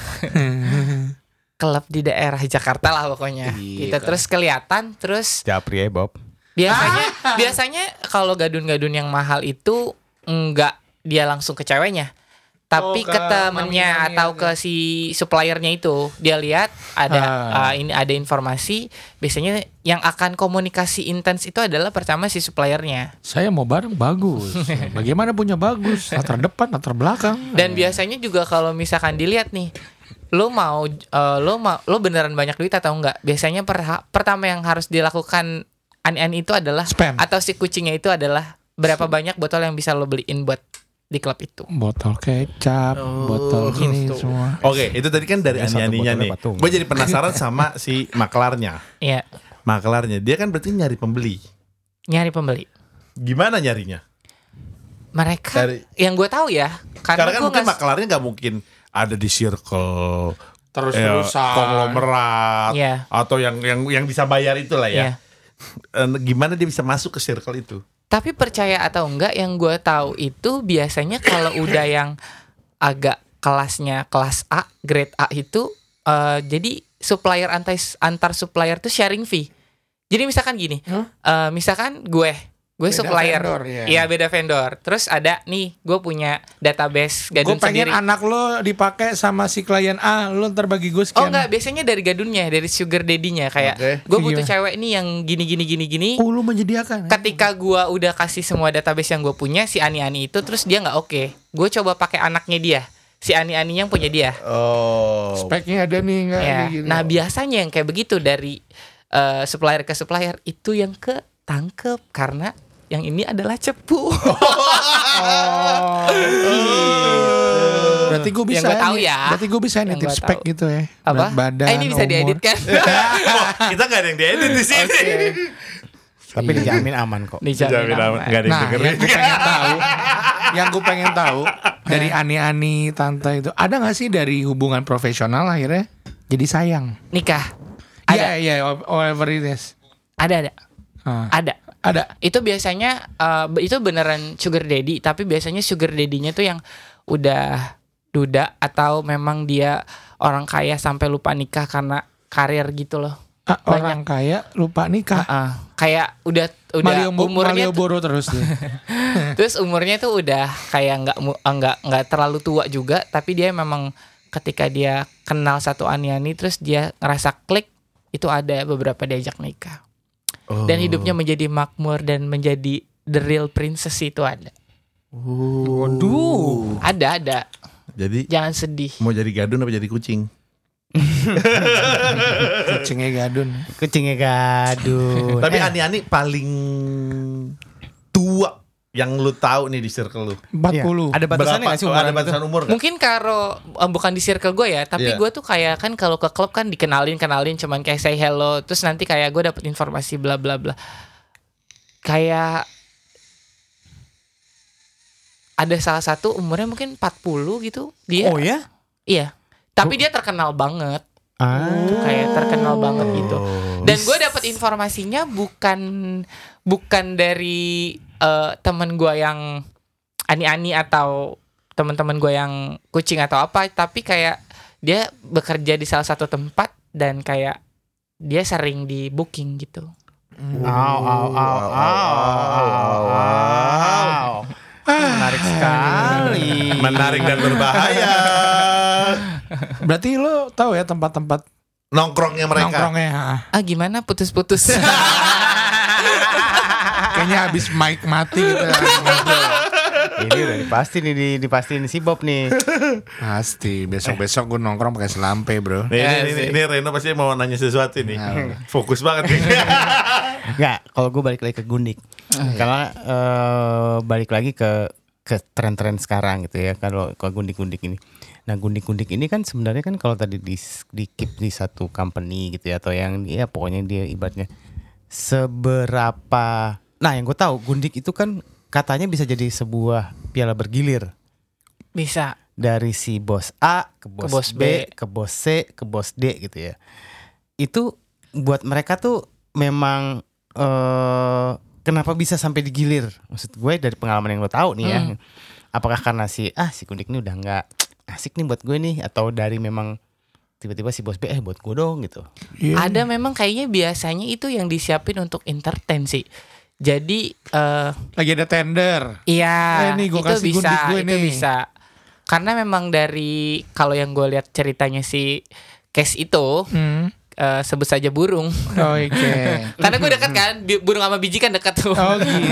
Klub di daerah Jakarta lah pokoknya. Iya, gitu kan. Terus kelihatan, terus Japri ya Bob. Biasanya ah. biasanya kalau gadun-gadun yang mahal itu enggak dia langsung ke ceweknya. Tapi oh, ke, ke temennya atau aja. Ke si suppliernya itu dia lihat ada ah. uh, ini ada informasi. Biasanya yang akan komunikasi intens itu adalah pertama si suppliernya. Saya mau barang bagus. Bagaimana punya bagus? Latar depan, latar belakang. Dan biasanya juga kalau misalkan dilihat nih, lo mau uh, lo mau lo beneran banyak duit atau enggak? Biasanya per, pertama yang harus dilakukan ani-ani itu adalah spam. Atau si kucingnya itu adalah berapa banyak botol yang bisa lo beliin buat di klub itu. Botol kecap, oh, botol ini gitu. Semua. Oke, itu tadi kan dari ani-aninya nih. Gue jadi penasaran sama si maklarnya. Iya. Maklarnya dia kan berarti nyari pembeli. Nyari pembeli. Gimana nyarinya? Mereka dari, yang gue tahu ya, karena, karena kan mungkin maklarnya nggak mungkin ada di circle terus-terusan ya, konglomerat yeah. atau yang yang yang bisa bayar itulah ya. Yeah. Gimana dia bisa masuk ke circle itu? Tapi percaya atau enggak, yang gue tahu itu biasanya kalau udah yang agak kelasnya kelas A, grade A itu, uh, jadi supplier antar antar supplier tuh sharing fee. Jadi misalkan gini, huh? uh, misalkan gue Gue beda supplier, iya ya, beda vendor. Terus ada nih, gue punya database gadun sendiri. Gue pengen anak lo dipakai sama si klien A, lo ntar bagi gue sekian. Oh enggak, biasanya dari gadunnya, dari sugar daddy-nya. Kayak okay. gue butuh iya. cewek nih yang gini gini gini gini. Oh, lo menyediakan. Ketika gue udah kasih semua database yang gue punya, si ani-ani itu, terus dia nggak oke. Gue coba pakai anaknya dia, si ani-ani yang punya dia. Oh. Speknya ada nih nggak? Ya. Gitu. Nah biasanya yang kayak begitu dari uh, supplier ke supplier itu yang ketangkep karena yang ini adalah cepu. Oh, gitu. Berarti gue bisa. Yang gue tahu ya. Berarti gue bisa nitip spek tahu. Gitu ya. Apa? Badan. Eh, ini bisa diedit kan? Oh, kita nggak ada yang diedit di sini. Okay. Tapi dijamin aman kok. Dijamin, dijamin aman. Gak ada yang nah, dengerin. Yang gue pengen tahu, yang gue pengen tahu dari ani-ani tante itu, ada nggak sih dari hubungan profesional akhirnya jadi sayang? Nikah. Iya, iya, whatever it is. Ada, ada. Hmm. Ada. Ada. Itu biasanya uh, itu beneran sugar daddy, tapi biasanya sugar daddy-nya tuh yang udah duda atau memang dia orang kaya sampai lupa nikah karena karir gitu loh. Ah, orang kaya lupa nikah. Uh, kayak udah udah Malio, umurnya Malioboro terus dia. terus umurnya tuh udah kayak nggak mu- nggak nggak terlalu tua juga, tapi dia memang ketika dia kenal satu Aniani terus dia ngerasa klik, itu ada beberapa diajak nikah. Oh. Dan hidupnya menjadi makmur dan menjadi the real princess itu ada. Waduh. Ada ada. Jadi Jangan sedih. mau jadi gadun apa jadi kucing? Kucingnya gadun. Kucingnya gadun. Tapi Eh, Ani-Ani paling tua yang lu tahu nih di circle lu. empat iya. puluh. Ada batasannya nggak sih Oh, umuran ada itu? batasan umur nggak? Mungkin karo eh, bukan di circle gue ya, tapi Iya. gue tuh kayak kan kalau ke klub kan dikenalin kenalin cuman kayak say hello, terus nanti kayak gue dapet informasi bla bla bla. Kayak ada salah satu umurnya mungkin empat puluh gitu dia. Oh ya? Iya. Tapi dia terkenal banget. Ah. Kayak terkenal banget gitu. Oh. Dan gue dapat informasinya bukan bukan dari eh, teman gue yang ani-ani atau teman-teman gue yang kucing atau apa, tapi kayak dia bekerja di salah satu tempat dan kayak dia sering di booking gitu. Au, au, au, au, au. Menarik sekali. Menarik dan berbahaya. Berarti lo tahu ya tempat-tempat Nongkrongnya mereka. nongkrongnya. Ah gimana putus-putus. Kayaknya habis mic mati gitu. ngobrol. Ini udah dipasti nih, di, dipastiin si Bob nih. Pasti besok-besok gue nongkrong pakai selampe, bro. Nih, Ya, ini, ini, sih. ini Reno pasti mau nanya sesuatu nih. Nah. Fokus banget nih. Enggak, kalau gue balik lagi ke Gundik. Karena eh, balik lagi ke ke tren-tren sekarang gitu ya. Kalau ke gundik-gundik ini. Nah, gundik-gundik ini kan sebenarnya kan kalau tadi di di keep di satu company gitu ya, atau yang ya pokoknya dia ibaratnya seberapa. Nah, yang gue tahu gundik itu kan katanya bisa jadi sebuah piala bergilir. Bisa. Dari si bos A ke bos, bos B, B. ke bos C, ke bos D gitu ya. Itu buat mereka tuh memang eh kenapa bisa sampai digilir? Maksud gue dari pengalaman yang lo tahu nih ya. Hmm. Apakah karena si ah si Gundik ini udah nggak asik nih buat gue nih, atau dari memang tiba-tiba si bos B eh buat gue dong gitu. Iya. Ada memang kayaknya biasanya itu yang disiapin untuk entertain sih. Jadi eh Lagi ada tender. iya Eh, nih, gua itu kasih bisa, gundik gue itu nih. bisa. Karena memang dari kalau yang gue lihat ceritanya si Case itu Hmm. eh, sebut saja burung. Oh, oke. Karena gue dekat kan, bi- burung sama biji kan dekat tuh. Oh gitu.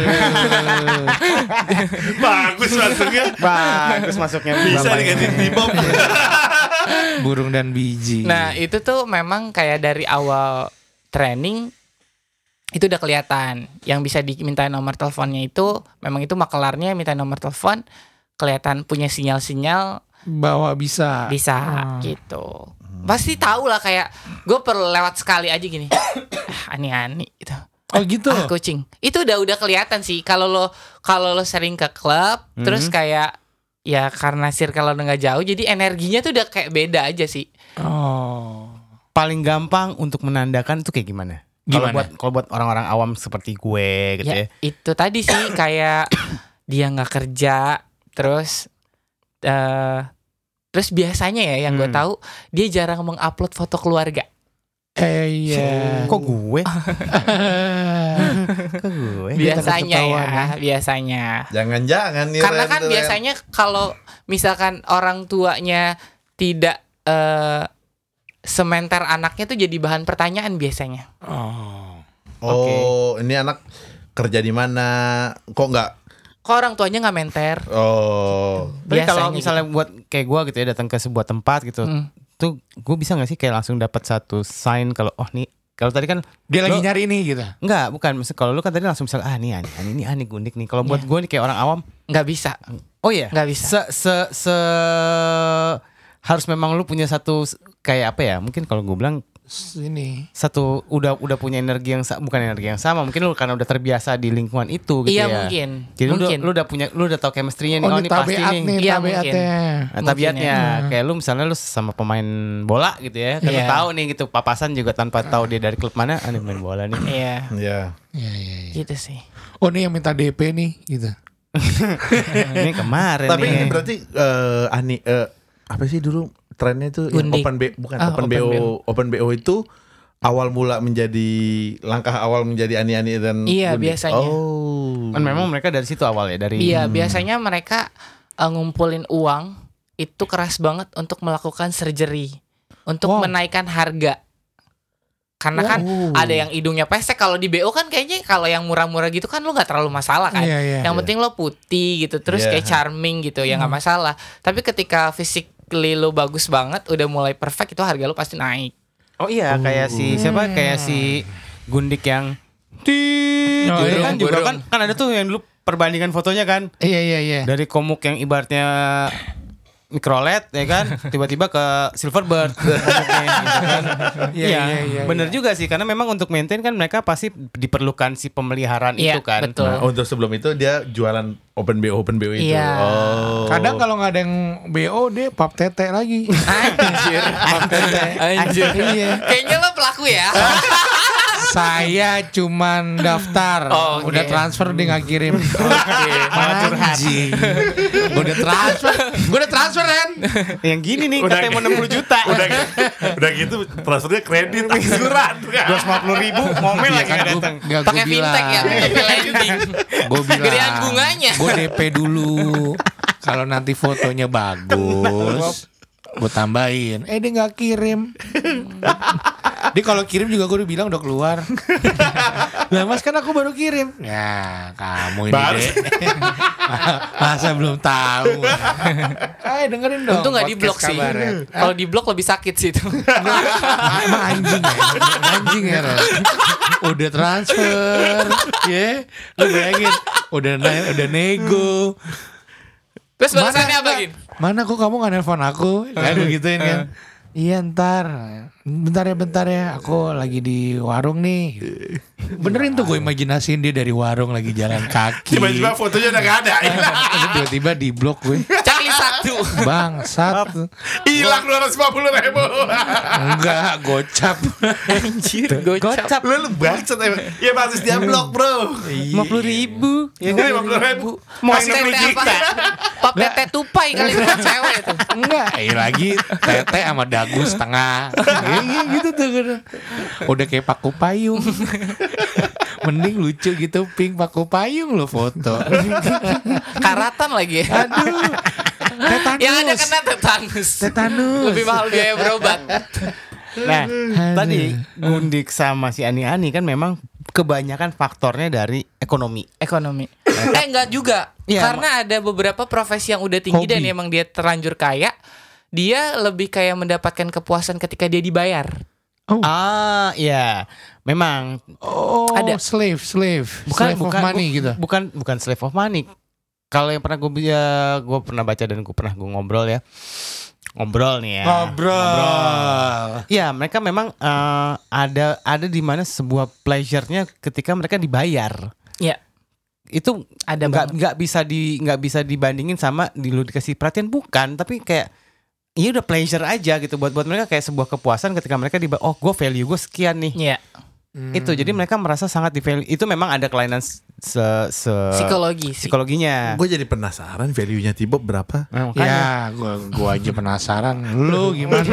Bagus masuknya. Bagus masuknya. Bisa Bapak. diganti di Bob. Burung dan biji. Nah itu tuh memang kayak dari awal training itu udah kelihatan. Yang bisa diminta nomor teleponnya itu memang itu makelarnya minta nomor telepon, kelihatan punya sinyal-sinyal Bawa bisa. bisa Hmm. gitu. Pasti tahu lah kayak gue perlu lewat sekali aja gini. Ah, ani-ani gitu. Oh gitu. Ah, kucing. Itu udah udah kelihatan sih kalau lo kalau lo sering ke klub terus kayak ya karena circle lo nggak jauh jadi energinya tuh udah kayak beda aja sih. Oh. Paling gampang untuk menandakan itu kayak gimana? Kalau Gimana? buat kalau buat orang-orang awam seperti gue gitu ya. Ya, itu tadi sih kayak dia nggak kerja terus eh terus biasanya ya yang gue Hmm. tahu dia jarang mengupload foto keluarga. Eh iya. Kok gue? Kok gue? Dia takut Biasanya ya, ketahuan, ya. biasanya. Jangan-jangan nih. Karena Ren, kan tuh, Ren. biasanya kalau misalkan orang tuanya tidak eh sementer anaknya tuh jadi bahan pertanyaan biasanya. Oh. Oh, ini anak kerja di mana? Kok nggak? Kok orang tuanya nggak menter? Oh, Tapi kalau Biasanya misalnya buat kayak gue gitu ya datang ke sebuah tempat gitu, Hmm. tuh gue bisa nggak sih kayak langsung dapat satu sign kalau oh nih kalau tadi kan Dia lagi Lo- nyari ini gitu. enggak bukan maksud kalau lu kan tadi langsung misal ah nih ah, nih, ini ah nih Gundik nih. Kalau buat Iya. gue nih kayak orang awam, Nggak bisa. oh iya Nggak bisa. Se se se harus memang lu punya satu s- kayak apa ya? Mungkin kalau gue bilang Ini. satu udah udah punya energi yang sa- bukan energi yang sama, mungkin lu karena udah terbiasa di lingkungan itu gitu Iya ya. mungkin. Jadi lu, udah- mungkin. lu udah punya lu udah tahu chemistry-nya nih. Oh, Oh, ini ini pasti tabiat nih. nih, Iya, tabiatnya. Nah, tabiatnya Mungkin ya. kayak lu misalnya lu sama pemain bola gitu ya, kan lu Iya. tahu nih gitu papasan juga tanpa tahu dia dari klub mana, ah nih main bola nih. Iya, ya. Iya, iya, iya. gitu sih. Oh, ini yang minta D P nih gitu. Ini kemarin Tapi nih. ini berarti eh Ani eh, apa sih dulu trennya itu yang Gundik. open B bukan Ah, open, open B O B O. open B O itu awal mula menjadi langkah awal menjadi Ani-Ani dan Iya, Gundik? biasanya. Oh. Kan memang mereka dari situ awal ya, dari Iya, biasanya mereka uh, ngumpulin uang itu keras banget untuk melakukan surgery, untuk Wow. menaikkan harga. Karena kan ada yang hidungnya pesek. Kalau di B O kan kayaknya kalau yang murah-murah gitu kan lu nggak terlalu masalah kan. Iya, iya. Yang penting lo putih gitu, terus Iya. kayak charming gitu, ya nggak masalah. Tapi ketika physically lo bagus banget, udah mulai perfect, itu harga lo pasti naik. Oh iya, kayak si siapa? Kayak si Gundik yang tit Oh, gitu iya. kan juga Burung. kan kan ada tuh yang dulu perbandingan fotonya kan Iya iya iya. dari komuk yang ibaratnya microLED ya kan tiba-tiba ke Silverbird komuknya gitu kan. Iya, Iya, iya, iya, bener juga sih karena memang untuk maintain kan mereka pasti diperlukan si pemeliharaan Iya, itu kan. betul. Nah, untuk sebelum itu dia jualan open B O open B O itu. Iya. Oh. Kadang kalau nggak ada yang B O dia pap tete lagi. Anjir. Anjir. Iya. Kayaknya lo pelaku ya. Saya cuman daftar, Oh, oke. udah transfer dia nggak kirim. Oke, malah curhat. Anjing. Gua udah transfer, gua udah transfer kan. Yang gini nih Udah katanya mau enam puluh juta. udah udah gitu transfernya kredit surat. dua ratus lima puluh ribu ngomel lagi nggak datang. Gak Pakai fintech ya, P lending. Gue bilang. Gedean bunganya. Gue D P dulu. Kalau nanti fotonya bagus, gue tambahin. Eh dia nggak kirim. Dia kalau kirim juga gue udah bilang udah keluar. Lah mas kan aku baru kirim. Ya kamu ini Baru. deh. Masa belum tahu. Ayo dengerin dong. Untung nggak podcast di blok sih. Kabaret. Kalau di blok lebih sakit sih itu. Emang anjing ya. Anjing ya Ren. Udah transfer. Ya. Lu bayangin. Udah na- udah nego. Terus balasannya apa, Gin? Mana kok kamu gak nelpon aku? Kayak gue gituin kan. Iya ntar. Bentar ya bentar ya. Aku lagi di warung nih. Benerin tuh gue imajinasiin dia dari warung lagi jalan kaki. Tiba-tiba fotonya udah gak ada. Terus tiba-tiba di blok gue. Checklist satu. Bangsat. Hilang dua ratus lima puluh ribu. Enggak, gocap. Anjir, gocap. Lu lu bangsat emang. Ya basis dia blok bro. lima puluh ribu. Ya kan lima puluh ribu. Mau Pap enam puluh tete juta. apa? Pap tete tupai kali itu buat cewek tuh. Enggak, eh lagi tete sama dagu setengah. Kayak gitu tuh. Udah kayak paku payung. Mending lucu gitu pink paku payung lo foto. Karatan lagi ya. Aduh. Tetanus. Yang ada kena tetanus. Tetanus. Lebih mahal biaya berobat. Nah, tadi Gundik sama si Ani-Ani kan memang kebanyakan faktornya dari ekonomi. Ekonomi. Eh enggak juga. Iya, Karena ada beberapa profesi yang udah tinggi Hobi. dan emang dia terlanjur kaya. Dia lebih kayak mendapatkan kepuasan ketika dia dibayar. Ah, iya. Memang Oh, Ada. slave, slave, bukan slave bukan of money bu- gitu. Bukan bukan slave of money. Kalau yang pernah gue ya, gue pernah baca dan gue pernah gue ngobrol ya. Ngobrol nih ya. Ngobrol. Ya, mereka memang eh, ada ada di mana sebuah pleasure-nya ketika mereka dibayar. Ya, Itu ada nggak banget. nggak bisa di nggak bisa dibandingin sama di lu dikasih perhatian, bukan, tapi kayak iya udah pleasure aja gitu buat buat mereka, kayak sebuah kepuasan ketika mereka di oh gue value gue sekian nih. Iya. Itu jadi mereka merasa sangat di value. Itu memang ada kelainan se, se Psikologi sih. psikologinya. Gue jadi penasaran value-nya Tibo berapa? Nah, makanya. Ya, gua gua aja penasaran. Lu gimana?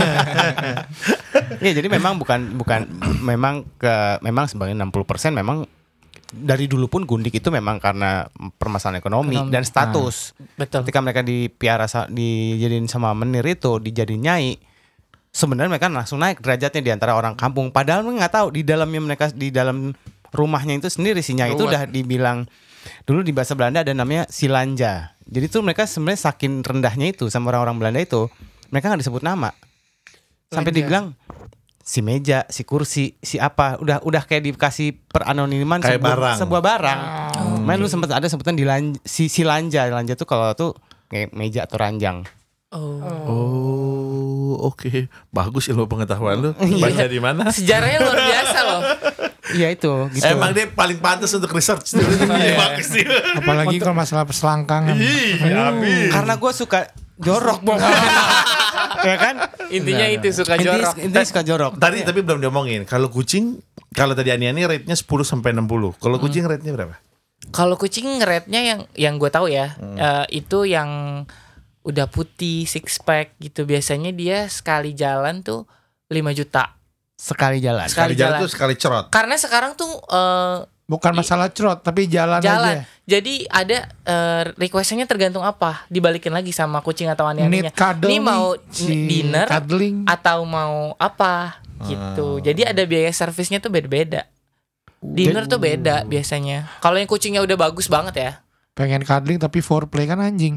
Ya jadi memang bukan bukan memang ke memang sebagai enam puluh persen memang dari dulu pun Gundik itu memang karena permasalahan ekonomi, Ekonomi. dan status. Betul. Ketika mereka dipiara sa- dijadiin sama menir itu, dijadiin nyai, sebenarnya mereka langsung naik derajatnya di antara orang kampung. Padahal mereka nggak tahu di dalamnya mereka di dalam rumahnya itu sendiri si nyai itu Ruwet. udah dibilang dulu di bahasa Belanda ada namanya silanja. Jadi tuh mereka sebenarnya saking rendahnya itu sama orang-orang Belanda itu, mereka nggak disebut nama. Sampai Lanja. dibilang si meja, si kursi, si apa, udah udah kayak dikasih peranoniman Kayak sebuah, barang. sebuah barang. Main lu sempat ada sebutan di lan- si si lanja, lanja tuh kalau tuh kayak meja atau ranjang. Oh. Oh, oke. Bagus ilmu pengetahuan lu. Baca di mana? Sejarahnya luar biasa loh. Iya itu, gitu. Emang dia paling pantas untuk research. Iya, bagus sih. Apalagi kalau masalah perselangkangan. Ih, habis. Karena gue suka jorok, ya kan? Intinya itu suka Intinya, jorok. intinya suka jorok. Tadi tapi belum diomongin. Kalau kucing, kalau tadi Ani-Ani rate-nya sepuluh sampai enam puluh. Kalau kucing rate-nya berapa? Kalau kucing rate-nya yang yang gue tahu ya, eh, itu yang udah putih six pack gitu, biasanya dia sekali jalan tuh lima juta. sekali jalan. Sekali Sekali jalan jalan. tuh sekali cerot. Karena sekarang tuh eh, Bukan masalah cerot, tapi jalan, jalan. aja. Jadi ada eh, requestnya tergantung apa, dibalikin lagi sama kucing atau aneh-anehnya. Need cuddle Ini mau nih, si dinner cuddling. atau mau apa gitu. Jadi ada biaya servisnya tuh beda-beda. Dinner tuh beda biasanya. Kalau yang kucingnya udah bagus banget ya. Pengen cuddling tapi foreplay kan anjing.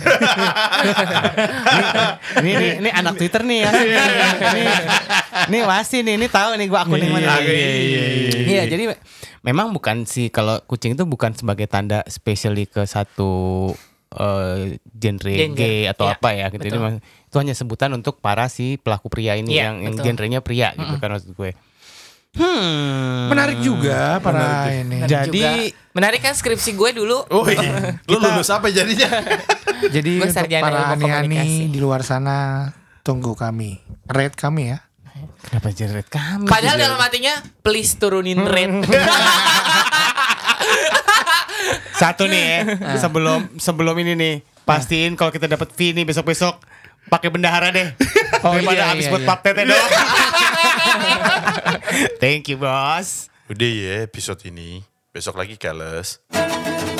Ini, ini, ini anak Twitter nih ya. ini, ini pasti nih, ini tahu nih gua akun yang mana. Iya, iya, iya, iya. Iya, jadi memang bukan sih kalau kucing itu bukan sebagai tanda spesially ke satu eh, genre Genre, gay atau iya, apa ya gitu. Jadi betul. mas- itu hanya sebutan untuk para si pelaku pria ini Iya, yang, yang betul. genrenya pria gitu kan maksud gue. Hmm. Menarik juga para ini. Menarik Jadi- juga. Menarik kan skripsi gue dulu. Woi, lu lulus apa jadinya? Jadi Gua untuk sarjana para ilmu komunikasi. ani-ani di luar sana, tunggu kami. Rate kami ya. Kenapa jadi kami? Padahal dalam hatinya please turunin rate. Satu nih ya, sebelum sebelum ini nih, pastiin kalau kita dapat fee nih besok-besok pakai bendahara deh. Oh, Daripada iya, habis iya, buat iya. pap tete doang. Thank you, bos. Udah ya episode ini. Besok lagi Keles.